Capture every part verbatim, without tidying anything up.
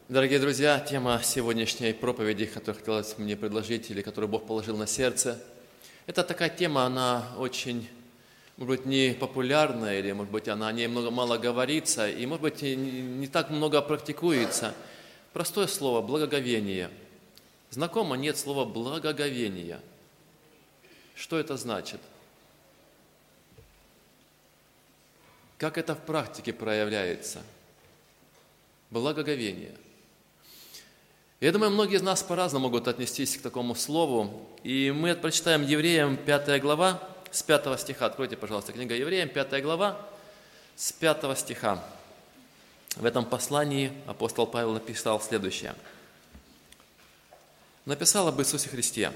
Дорогие друзья, тема сегодняшней проповеди, которую хотелось мне предложить, или которую Бог положил на сердце, это такая тема, она очень, может быть, не популярная, или, может быть, она о ней много, мало говорится, и, может быть, не, не так много практикуется. Простое слово – благоговение. Знакомо нет слова «благоговение». Что это значит? Как это в практике проявляется? Благоговение. Я думаю, многие из нас по-разному могут отнестись к такому слову. И мы прочитаем Евреям пятая глава, с пятого стиха. Откройте, пожалуйста, книга Евреям, пятая глава, с пятого стиха. В этом послании апостол Павел написал следующее. Написал об Иисусе Христе.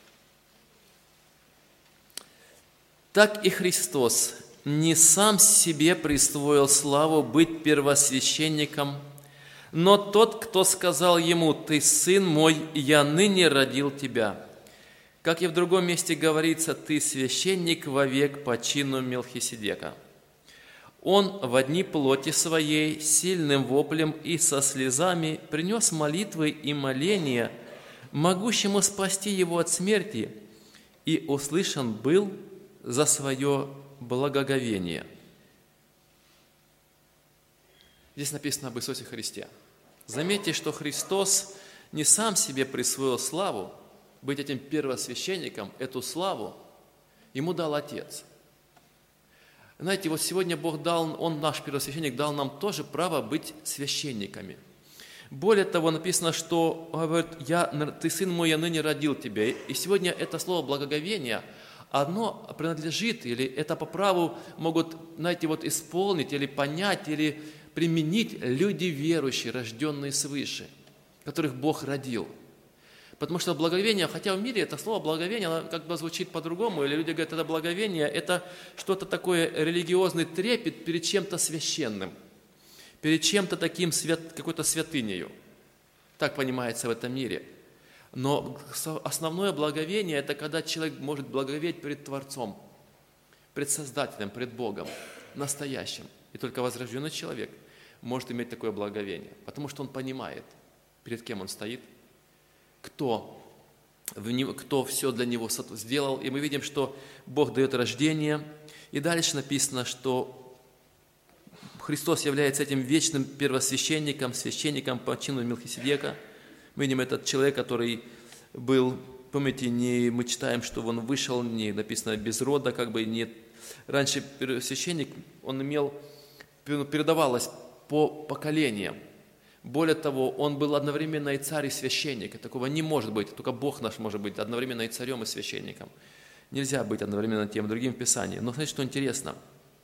«Так и Христос не сам себе присвоил славу быть первосвященником, но тот, кто сказал ему: „Ты сын мой, я ныне родил тебя“. Как и в другом месте говорится: „Ты священник вовек по чину Мелхиседека“. Он в дни плоти своей сильным воплем и со слезами принес молитвы и моления, могущему спасти его от смерти, и услышан был за свое благоговение». Здесь написано об Иисусе Христе. Заметьте, что Христос не сам себе присвоил славу, быть этим первосвященником, эту славу Ему дал Отец. Знаете, вот сегодня Бог дал, Он, наш первосвященник, дал нам тоже право быть священниками. Более того, написано, что говорит: я, «Ты сын мой, я ныне родил тебя». И сегодня это слово «благоговение», оно принадлежит, или это по праву могут, знаете, вот исполнить, или понять, или применить люди верующие, рожденные свыше, которых Бог родил. Потому что благоговение, хотя в мире это слово благоговение, оно как бы звучит по-другому, или люди говорят, это благоговение, это что-то такое, религиозный трепет перед чем-то священным, перед чем-то таким, свят, какой-то святынею. Так понимается в этом мире. Но основное благоговение – это когда человек может благоговеть перед Творцом, пред Создателем, пред Богом, настоящим. И только возрожденный человек может иметь такое благоговение, потому что он понимает, перед кем он стоит, кто, кто все для него сделал. И мы видим, что Бог дает рождение. И дальше написано, что Христос является этим вечным первосвященником, священником по чину Мелхиседека. Мы видим, этот человек, который был, помните, не, мы читаем, что он вышел, не написано без рода, как бы нет. Раньше первосвященник, он имел, передавалось по поколениям. Более того, он был одновременно и царь, и священник. И такого не может быть, только Бог наш может быть одновременно и царем, и священником. Нельзя быть одновременно тем и другим в Писании. Но знаете, что интересно?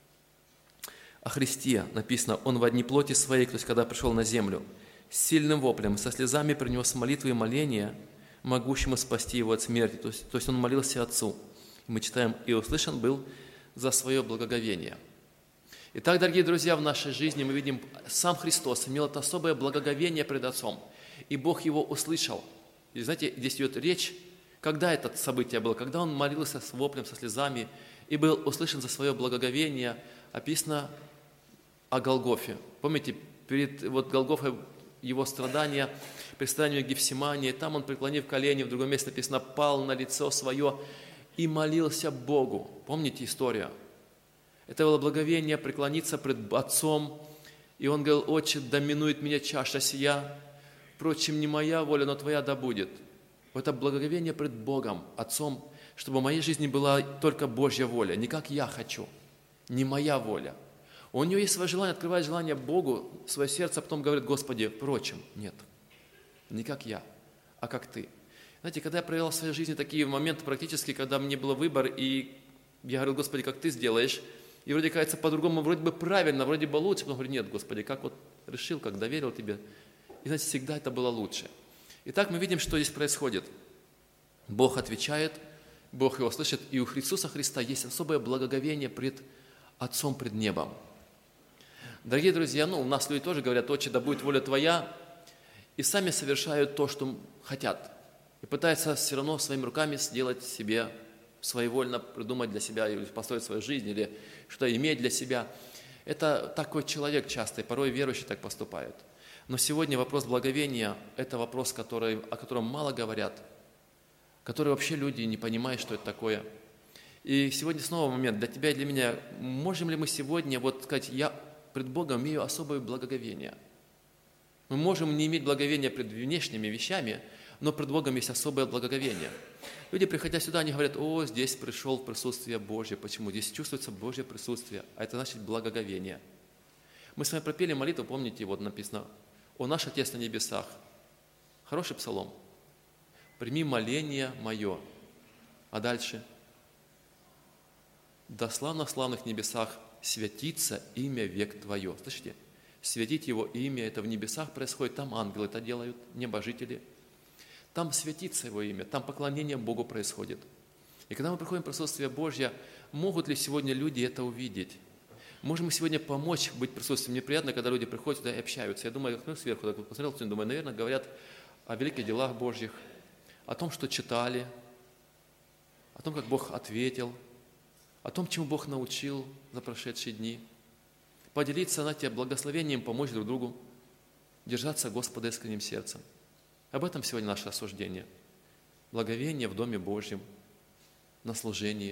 О Христе написано: Он в дни плоти своей, то есть когда пришел на землю, с сильным воплем, со слезами принес молитвы и моления, могущему спасти его от смерти. То есть, то есть он молился Отцу. И мы читаем: «И услышан был за свое благоговение». Итак, дорогие друзья, в нашей жизни мы видим, сам Христос имел это особое благоговение пред Отцом, и Бог его услышал. И знаете, здесь идет речь, когда это событие было, когда он молился с воплем, со слезами, и был услышан за свое благоговение, описано о Голгофе. Помните, перед вот Голгофой его страдания, при страдании в Гефсимании, там он, преклонив колени, в другом месте написано, пал на лицо свое и молился Богу. Помните историю? Это было благоговение преклониться пред Отцом, и он говорил: «Отче, доминует меня чаша сия, впрочем, не моя воля, но Твоя да будет». Это благоговение пред Богом, Отцом, чтобы в моей жизни была только Божья воля, не как я хочу, не моя воля. У него есть свое желание, открывает желание Богу, свое сердце, а потом говорит: «Господи, впрочем, нет, не как я, а как Ты». Знаете, когда я проявлял в своей жизни такие моменты практически, когда мне был выбор, и я говорил: «Господи, как Ты сделаешь?» И вроде кажется по-другому, вроде бы правильно, вроде бы лучше, потом говорю: «Нет, Господи, как вот решил, как доверил Тебе». И знаете, всегда это было лучше. Итак, мы видим, что здесь происходит. Бог отвечает, Бог его слышит, и у Иисуса Христа есть особое благоговение пред Отцом, пред небом. Дорогие друзья, ну, у нас люди тоже говорят: «Отче, да будет воля Твоя», и сами совершают то, что хотят, и пытаются все равно своими руками сделать себе своевольно, придумать для себя, или построить свою жизнь, или что-то иметь для себя. Это такой человек часто, и порой верующие так поступают. Но сегодня вопрос благовения – это вопрос, который, о котором мало говорят, который вообще люди не понимают, что это такое. И сегодня снова момент для тебя и для меня. Можем ли мы сегодня вот сказать, я пред Богом имею особое благоговение? Мы можем не иметь благоговения пред внешними вещами, но пред Богом есть особое благоговение. Люди, приходя сюда, они говорят, о, здесь пришел в присутствие Божье. Почему? Здесь чувствуется Божье присутствие, а это значит благоговение. Мы с вами пропели молитву, помните, вот написано, «О наш Отец на небесах». Хороший псалом. «Прими моление мое». А дальше? «Да славно в славных небесах святится имя век Твое». Слышите? Святить Его имя, это в небесах происходит, там ангелы это делают, небожители. Там светится Его имя, там поклонение Богу происходит. И когда мы приходим в присутствие Божье, могут ли сегодня люди это увидеть? Можем мы сегодня помочь быть присутствием? Мне приятно, когда люди приходят сюда и общаются. Я думаю, ну, сверху так вот посмотрел, думаю, наверное, говорят о великих делах Божьих, о том, что читали, о том, как Бог ответил, о том, чему Бог научил за прошедшие дни. Поделиться, знаете, благословением, помочь друг другу, держаться Господа искренним сердцем. Об этом сегодня наше рассуждение. Благовение в Доме Божьем, на служении.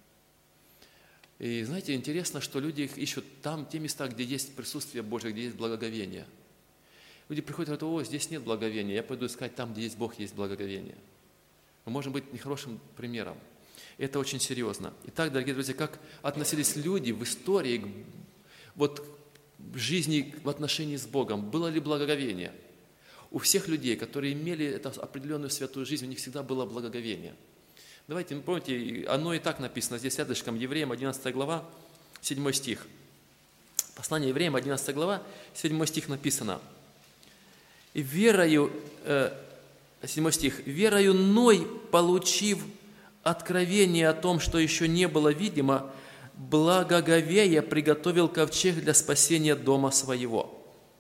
И знаете, интересно, что люди их ищут там, те места, где есть присутствие Божье, где есть благоговение. Люди приходят и говорят, о, здесь нет благоговения, я пойду искать там, где есть Бог, есть благоговение. Мы можем быть нехорошим примером. И это очень серьезно. Итак, дорогие друзья, как относились люди в истории к вот в жизни, в отношении с Богом, было ли благоговение? У всех людей, которые имели эту определенную святую жизнь, у них всегда было благоговение. Давайте, вы помните, оно и так написано здесь рядышком, Евреям одиннадцатая глава, седьмой стих. Послание Евреям, одиннадцатая глава, седьмой стих написано. «И верою», э, седьмой стих, «верою Ной, получив откровение о том, что еще не было видимо, благоговея приготовил ковчег для спасения дома своего.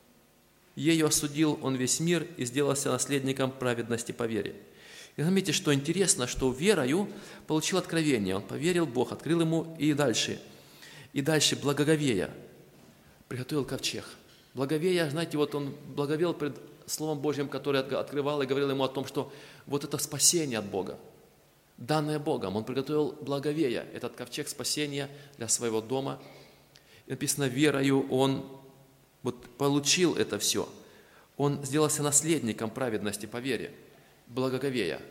Ею осудил он весь мир и сделался наследником праведности по вере». И заметьте, что интересно, что верою получил откровение. Он поверил, Бог открыл ему и дальше. И дальше благоговея приготовил ковчег. Благоговея, знаете, вот он благовел пред Словом Божьим, которое открывал и говорил ему о том, что вот это спасение от Бога, данное Богом. Он приготовил благовея, этот ковчег спасения для своего дома. И написано, верою он вот получил это все. Он сделался наследником праведности по вере, благоговея.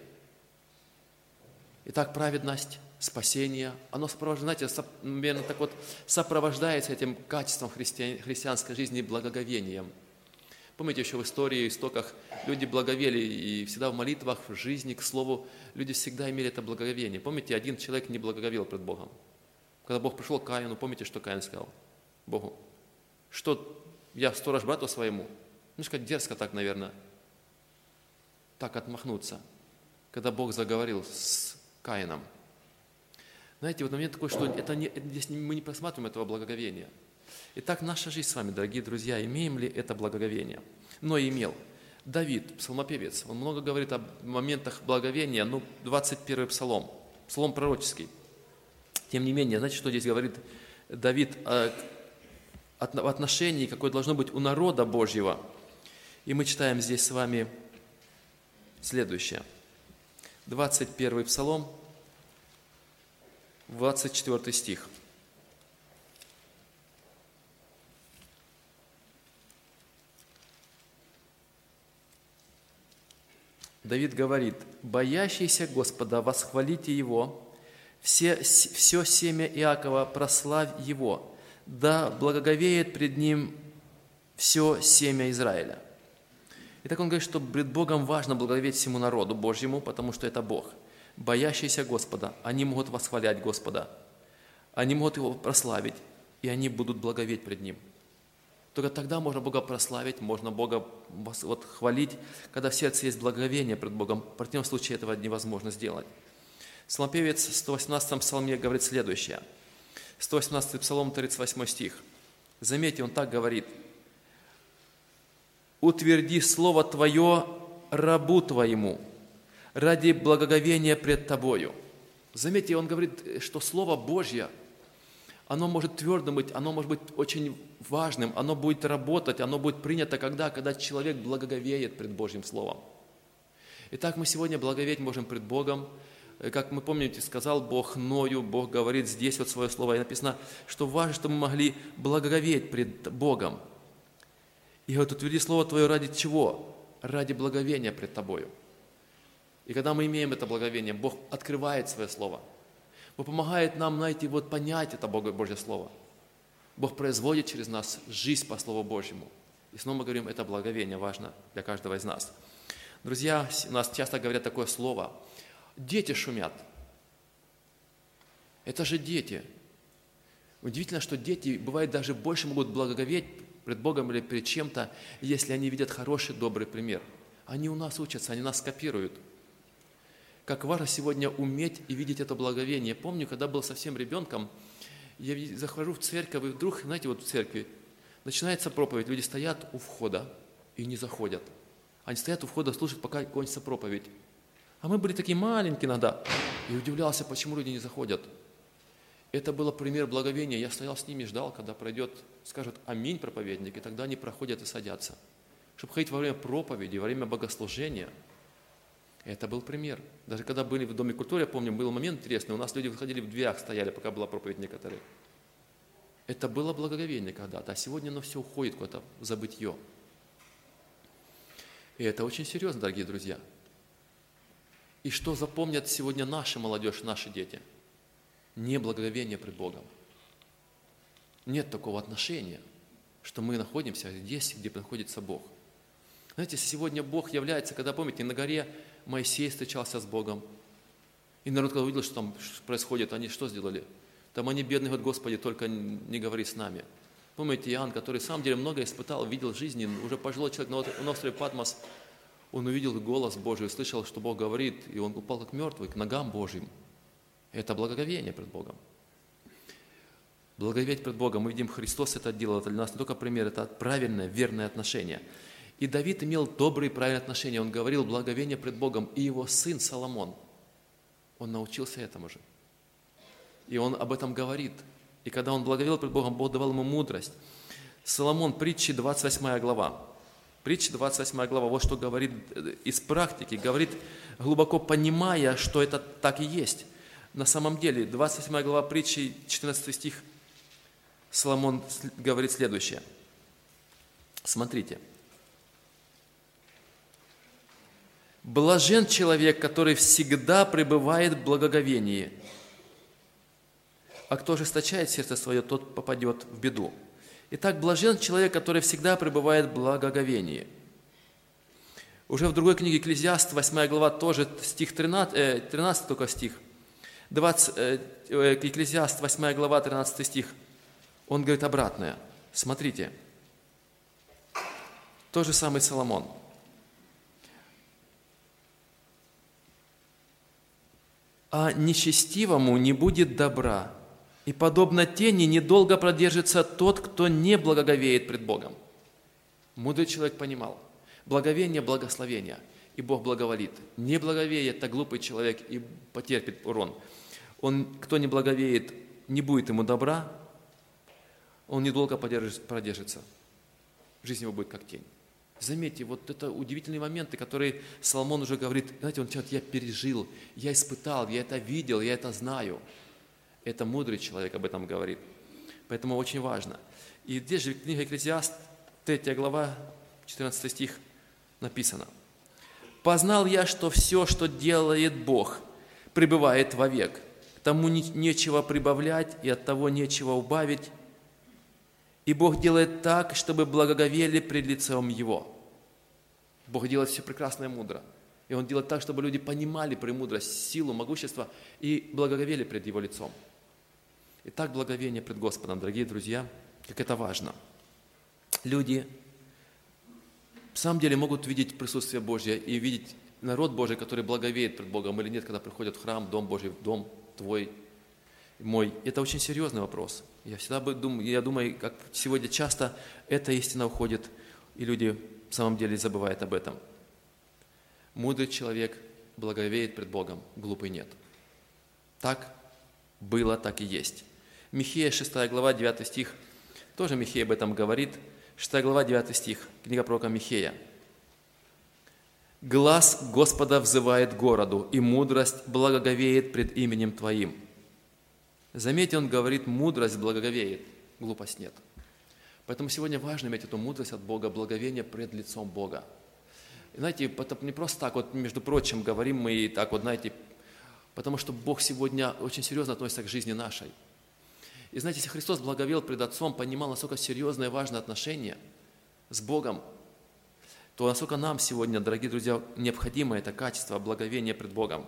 Итак, праведность, спасение, оно сопровождается, знаете, наверное, так вот, сопровождается этим качеством христиан, христианской жизни благоговением. Помните, еще в истории, истоках люди благовели, и всегда в молитвах, в жизни, к слову, люди всегда имели это благоговение. Помните, один человек не благоговел пред Богом. Когда Бог пришел к Каину, помните, что Каин сказал Богу? Что я сторож брату своему? Немножко дерзко так, наверное, так отмахнуться, когда Бог заговорил с Каином. Знаете, вот момент такой, что это не, здесь мы не просматриваем этого благоговения. Итак, наша жизнь с вами, дорогие друзья, имеем ли это благоговение? Но имел. Давид, псалмопевец, он много говорит о моментах благоговения, ну, двадцать первый псалом, псалом пророческий. Тем не менее, знаете, что здесь говорит Давид о, о отношении, какое должно быть у народа Божьего? И мы читаем здесь с вами следующее. двадцать первый псалом, двадцать четвёртый стих. Давид говорит, «Боящийся Господа, восхвалите Его, все, все семя Иакова прославь Его, да благоговеет пред Ним все семя Израиля». Итак, он говорит, что пред Богом важно благоговеть всему народу Божьему, потому что это Бог. Боящиеся Господа, они могут восхвалять Господа, они могут Его прославить, и они будут благоветь пред Ним. Только тогда можно Бога прославить, можно Бога вот, хвалить, когда в сердце есть благоговение пред Богом. В противном случае этого невозможно сделать. Псалмопевец в сто восемнадцатом псалме говорит следующее. сто восемнадцатый псалом, тридцать восьмой стих. Заметьте, он так говорит. «Утверди слово Твое рабу Твоему ради благоговения пред Тобою». Заметьте, он говорит, что Слово Божье, оно может твердым быть, оно может быть очень важным, оно будет работать, оно будет принято когда? Когда человек благоговеет пред Божьим Словом. Итак, мы сегодня благоговеть можем пред Богом. Как мы помните, сказал Бог Ною, Бог говорит здесь вот свое слово, и написано, что важно, чтобы мы могли благоговеть пред Богом. И вот утверди слово Твое ради чего? Ради благовения пред Тобою. И когда мы имеем это благовение, Бог открывает свое слово. Бог помогает нам найти, вот понять это Божье слово. Бог производит через нас жизнь по Слову Божьему. И снова мы говорим, это благовение важно для каждого из нас. Друзья, у нас часто говорят такое слово. Дети шумят. Это же дети. Удивительно, что дети, бывает, даже больше могут благоговеть пред Богом или перед чем-то, если они видят хороший, добрый пример. Они у нас учатся, они нас копируют. Как важно сегодня уметь и видеть это благовение. Помню, когда был совсем ребенком, я захожу в церковь, и вдруг, знаете, вот в церкви начинается проповедь, люди стоят у входа и не заходят. Они стоят у входа, слушают, пока кончится проповедь. А мы были такие маленькие иногда. И удивлялся, почему люди не заходят. Это был пример благовения. Я стоял с ними, ждал, когда пройдет, скажут «Аминь» проповедник, и тогда они проходят и садятся. Чтобы ходить во время проповеди, во время богослужения. Это был пример. Даже когда были в Доме культуры, я помню, был момент интересный. У нас люди выходили в дверях, стояли, пока была проповедь некоторые. Это было благоговение когда-то, а сегодня оно все уходит куда-то в забытье. И это очень серьезно, дорогие друзья. И что запомнят сегодня наша молодежь, наши дети? Не благоговение пред Богом. Нет такого отношения, что мы находимся здесь, где находится Бог. Знаете, сегодня Бог является, когда, помните, на горе Моисей встречался с Богом. И народ, когда увидел, что там происходит, они что сделали? Там они, бедные, говорят, Господи, только не говори с нами. Помните, Иоанн, который, в самом деле, многое испытал, видел в жизни, уже пожилой человек на острове Патмос, он увидел голос Божий, услышал, что Бог говорит, и он упал как мертвый к ногам Божьим. Это благоговение пред Богом. Благоговеть пред Богом, мы видим, Христос это делал, это для нас не только пример, это правильное, верное отношение. И Давид имел добрые, правильные отношения, он говорил благоговение пред Богом, и его сын Соломон, он научился этому же. И он об этом говорит. И когда он благовел пред Богом, Бог давал ему мудрость. Соломон, притчи, двадцать восьмая глава. Притча, двадцать восьмая глава, вот что говорит из практики, говорит, глубоко понимая, что это так и есть. На самом деле, двадцать восьмая глава притчи, четырнадцатый стих, Соломон говорит следующее. Смотрите. «Блажен человек, который всегда пребывает в благоговении, а кто ожесточает сердце свое, тот попадет в беду». Итак, блажен человек, который всегда пребывает в благоговении. Уже в другой книге Экклезиаст, восьмая глава, тоже стих тринадцатый, тринадцатый только стих. двадцать, э, Экклезиаст, восьмая глава, тринадцатый стих. Он говорит обратное. Смотрите. Тот же самый Соломон. «А нечестивому не будет добра, и, подобно тени, недолго продержится тот, кто не благоговеет пред Богом». Мудрый человек понимал. Благовение – благословение, и Бог благоволит. Не благовеет, это глупый человек и потерпит урон. Он, кто не благовеет, не будет ему добра, он недолго продержится. Жизнь его будет как тень. Заметьте, вот это удивительные моменты, которые Соломон уже говорит, знаете, он говорит, я пережил, я испытал, я это видел, я это знаю. Это мудрый человек об этом говорит. Поэтому очень важно. И здесь же в книге Экклезиаст, третья глава, четырнадцатый стих написано. «Познал я, что все, что делает Бог, пребывает вовек. К тому нечего прибавлять, и от того нечего убавить. И Бог делает так, чтобы благоговели пред лицом Его». Бог делает все прекрасно и мудро. И Он делает так, чтобы люди понимали премудрость, силу, могущество и благоговели пред Его лицом. Итак, благоговение пред Господом, дорогие друзья, как это важно. Люди в самом деле могут видеть присутствие Божье и видеть народ Божий, который благовеет пред Богом или нет, когда приходят в храм, дом Божий, дом твой, мой. Это очень серьезный вопрос. Я всегда думаю, я думаю, как сегодня часто эта истина уходит, и люди в самом деле забывают об этом. Мудрый человек благоговеет пред Богом, глупый нет. Так было, так и есть. Михея, шестая глава, девятый стих, тоже Михея об этом говорит. шестая глава, девятый стих, книга пророка Михея. «Глас Господа взывает городу, и мудрость благоговеет пред именем Твоим». Заметьте, он говорит, мудрость благоговеет, глупость нет. Поэтому сегодня важно иметь эту мудрость от Бога, благоговение пред лицом Бога. И знаете, это не просто так, вот, между прочим, говорим мы и так вот, знаете, потому что Бог сегодня очень серьезно относится к жизни нашей. И знаете, если Христос благовел пред Отцом, понимал, насколько серьезное и важное отношение с Богом, то насколько нам сегодня, дорогие друзья, необходимо это качество благоговения пред Богом.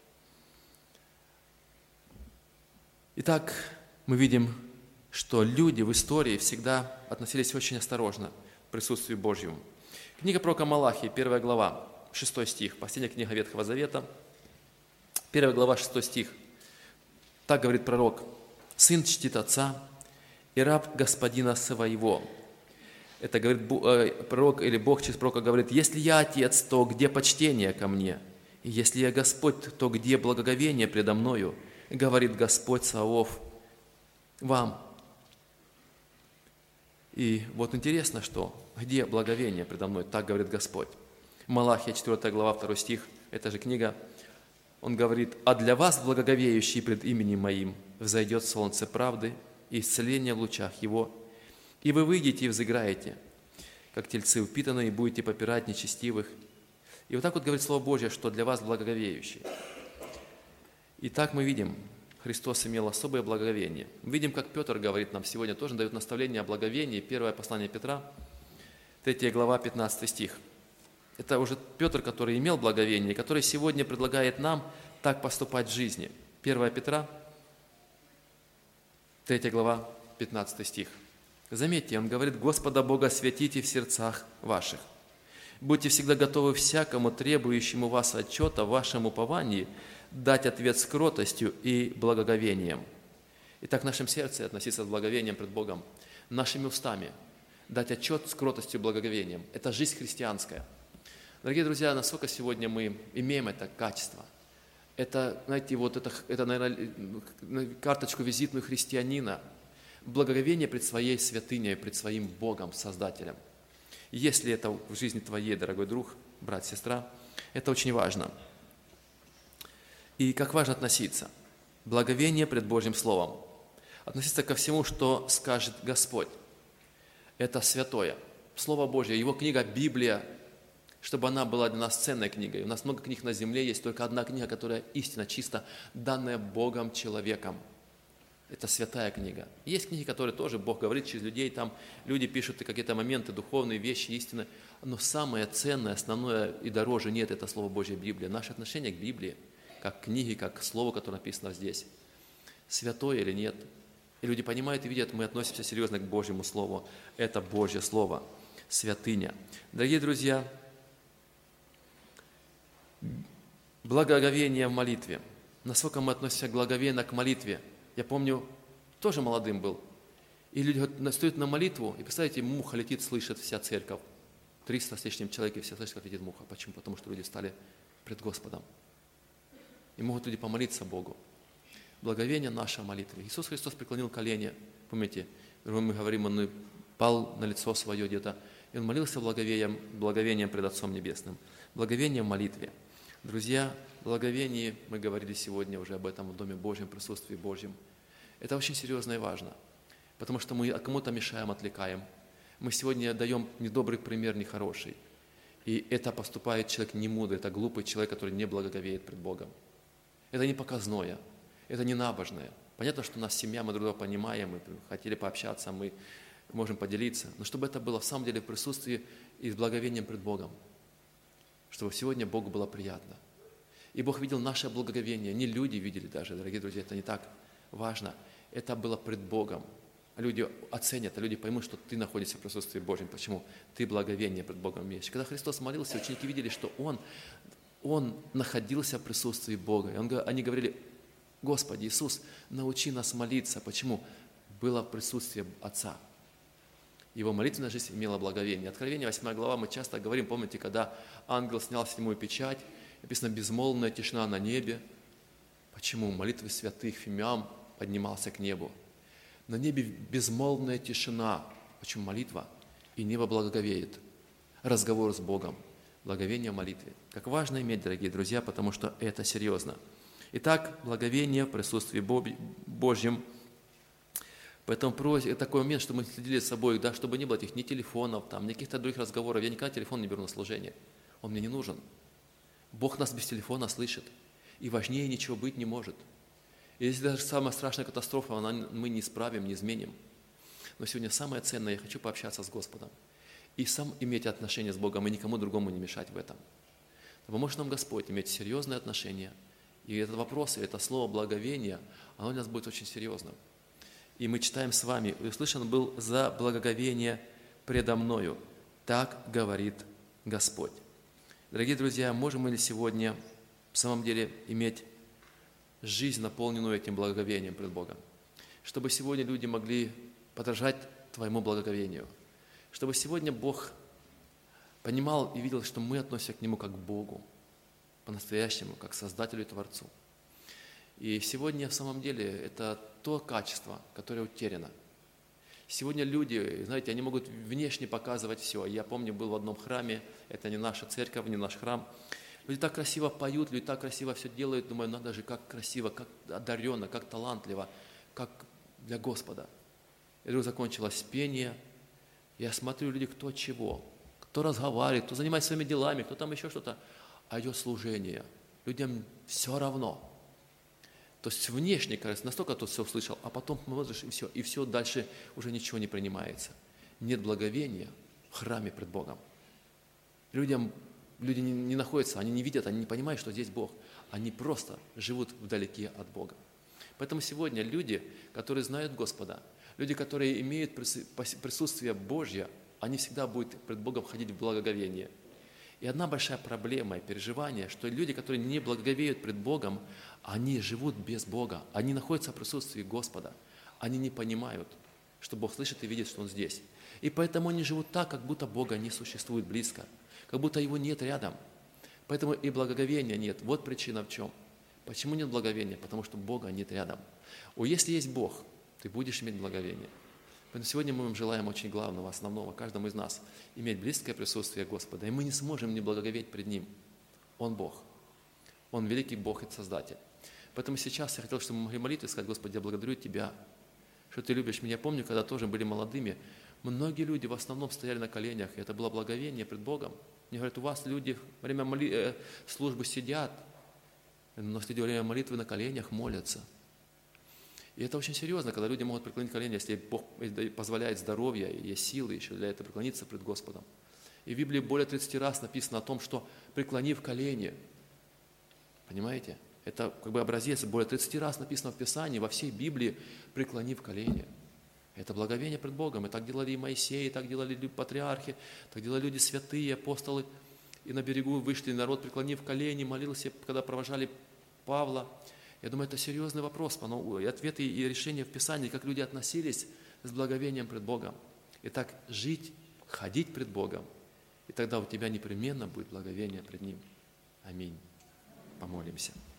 Итак, мы видим, что люди в истории всегда относились очень осторожно к присутствию Божьему. Книга пророка Малахии, первая глава, шестой стих, последняя книга Ветхого Завета, первая глава, шестой стих. Так говорит пророк: «Сын чтит отца, и раб господина своего». Это говорит пророк, или Бог через пророка говорит: «Если я отец, то где почтение ко мне? И если я Господь, то где благоговение предо мною? Говорит Господь Саваоф вам». И вот интересно, что где благоговение предо мной, так говорит Господь. Малахия, четвёртая глава, второй стих, эта же книга, он говорит: «А для вас, благоговеющие пред именем Моим, взойдет солнце правды и исцеление в лучах Его, и вы выйдете и взыграете, как тельцы упитанные, и будете попирать нечестивых». И вот так вот говорит Слово Божье, что для вас благоговеющие. И так мы видим, Христос имел особое благоговение. Мы видим, как Петр говорит нам сегодня, тоже дает наставление о благоговении. Первое послание Петра, третья глава, пятнадцатый стих. Это уже Петр, который имел благоговение, который сегодня предлагает нам так поступать в жизни. первое Петра, третья глава, пятнадцатый стих. Заметьте, он говорит: «Господа Бога святите в сердцах ваших. Будьте всегда готовы всякому требующему вас отчета в вашем уповании дать ответ с кротостью и благоговением». Итак, в нашем сердце относиться с благоговением пред Богом, нашими устами дать отчет с кротостью и благоговением. Это жизнь христианская. Дорогие друзья, насколько сегодня мы имеем это качество? Это, знаете, вот это, это, наверное, карточку визитную христианина. Благоговение пред своей святыней, пред своим Богом, Создателем. Если это в жизни твоей, дорогой друг, брат, сестра, это очень важно. И как важно относиться? Благоговение пред Божьим Словом. Относиться ко всему, что скажет Господь. Это святое. Слово Божье, Его книга Библия, чтобы она была для нас ценной книгой. У нас много книг на земле, есть только одна книга, которая истинно, чисто данная Богом человеком. Это святая книга. Есть книги, которые тоже Бог говорит через людей, там люди пишут какие-то моменты, духовные вещи, истины. Но самое ценное, основное и дороже нет, это Слово Божье, Библия. Наше отношение к Библии, как к книге, как к Слову, которое написано здесь. Святое или нет? И люди понимают и видят, мы относимся серьезно к Божьему Слову. Это Божье Слово, святыня. Дорогие друзья, благоговение в молитве. Насколько мы относимся благоговейно к молитве? Я помню, тоже молодым был. И люди говорят, стоят на молитву, и представляете, муха летит, слышит вся церковь. Триста с лишним человек, и все слышат, как летит муха. Почему? Потому что люди стали пред Господом. И могут люди помолиться Богу. Благоговение наша молитва. Иисус Христос преклонил колени. Помните, мы говорим, Он пал на лицо свое где-то. И Он молился благовением, благовением пред Отцом Небесным. Благоговение в молитве. Друзья, благоговение, мы говорили сегодня уже об этом в Доме Божьем, присутствии Божьем. Это очень серьезно и важно, потому что мы кому-то мешаем, отвлекаем. Мы сегодня даем недобрый пример, нехороший. И это поступает человек не мудрый, это глупый человек, который не благоговеет пред Богом. Это не показное, это не набожное. Понятно, что у нас семья, мы друг друга понимаем, мы хотели пообщаться, мы можем поделиться. Но чтобы это было в самом деле в присутствии и с благоговением пред Богом. Чтобы сегодня Богу было приятно. И Бог видел наше благоговение. Не люди видели даже, дорогие друзья, это не так важно. Это было пред Богом. Люди оценят, а люди поймут, что ты находишься в присутствии Божьем. Почему? Ты благоговение пред Богом имеешь. Когда Христос молился, ученики видели, что Он, Он находился в присутствии Бога. И он, они говорили: Господи Иисус, научи нас молиться. Почему? Было присутствие Отца. Его молитвенная жизнь имела благоговение. Откровение, восьмая глава, мы часто говорим, помните, когда ангел снял седьмую печать, написано «безмолвная тишина на небе». Почему? Молитвы святых Фимиам поднимался к небу. На небе безмолвная тишина. Почему молитва? И небо благоговеет. Разговор с Богом. Благовение в молитве. Как важно иметь, дорогие друзья, потому что это серьезно. Итак, благовение в присутствии Божьем. Поэтому это такой момент, что мы следили за собой, да, чтобы не было этих ни телефонов, там, ни каких-то других разговоров. Я никогда телефон не беру на служение. Он мне не нужен. Бог нас без телефона слышит. И важнее ничего быть не может. И если даже самая страшная катастрофа, она, мы не исправим, не изменим. Но сегодня самое ценное, я хочу пообщаться с Господом. И сам иметь отношения с Богом, и никому другому не мешать в этом. Да поможет нам Господь иметь серьезные отношения. И этот вопрос, и это слово благовения, оно у нас будет очень серьезным. И мы читаем с вами, и услышан был за благоговение предо мною. Так говорит Господь. Дорогие друзья, можем мы ли сегодня в самом деле иметь жизнь, наполненную этим благоговением пред Богом? Чтобы сегодня люди могли подражать Твоему благоговению. Чтобы сегодня Бог понимал и видел, что мы относимся к Нему как к Богу, по-настоящему, как к Создателю и Творцу. И сегодня, в самом деле, это то качество, которое утеряно. Сегодня люди, знаете, они могут внешне показывать все. Я помню, был в одном храме, это не наша церковь, не наш храм. Люди так красиво поют, люди так красиво все делают. Думаю, надо же, как красиво, как одаренно, как талантливо, как для Господа. И вдруг закончилось пение. Я смотрю, люди кто чего, кто разговаривает, кто занимается своими делами, кто там еще что-то. А идет служение. Людям все равно. То есть внешне, кажется, настолько ты все услышал, а потом смотришь, и все, и все, дальше уже ничего не принимается. Нет благовения в храме пред Богом. Людям, люди не, не находятся, они не видят, они не понимают, что здесь Бог. Они просто живут вдалеке от Бога. Поэтому сегодня люди, которые знают Господа, люди, которые имеют присутствие Божье, они всегда будут пред Богом ходить в благоговение. И одна большая проблема и переживание, что люди, которые не благоговеют пред Богом, они живут без Бога, они находятся в присутствии Господа, они не понимают, что Бог слышит и видит, что Он здесь. И поэтому они живут так, как будто Бога не существует близко, как будто Его нет рядом. Поэтому и благоговения нет. Вот причина в чем. Почему нет благоговения? Потому что Бога нет рядом. О, если есть Бог, ты будешь иметь благоговение. Поэтому сегодня мы вам желаем очень главного, основного, каждому из нас, иметь близкое присутствие Господа. И мы не сможем не благоговеть пред Ним. Он Бог. Он великий Бог и Создатель. Поэтому сейчас я хотел, чтобы мы могли молиться и сказать: Господи, я благодарю Тебя, что Ты любишь меня. Я помню, когда тоже были молодыми, многие люди в основном стояли на коленях, и это было благоговение пред Богом. Мне говорят, у вас люди во время моли... э, службы сидят, но среди время молитвы на коленях молятся. И это очень серьезно, когда люди могут преклонить колени, если Бог позволяет здоровье и есть силы еще для этого преклониться пред Господом. И в Библии более тридцати раз написано о том, что преклонив колени, понимаете, это как бы образец, более тридцати раз написано в Писании, во всей Библии, преклонив колени. Это благовение пред Богом. И так делали и Моисей, и так делали патриархи, так делали люди святые, апостолы. И на берегу вышли народ, преклонив колени, молился, когда провожали Павла. Я думаю, это серьезный вопрос, и ответы и решения в Писании, как люди относились с благовением пред Богом. Итак, жить, ходить пред Богом, и тогда у тебя непременно будет благовение пред Ним. Аминь. Помолимся.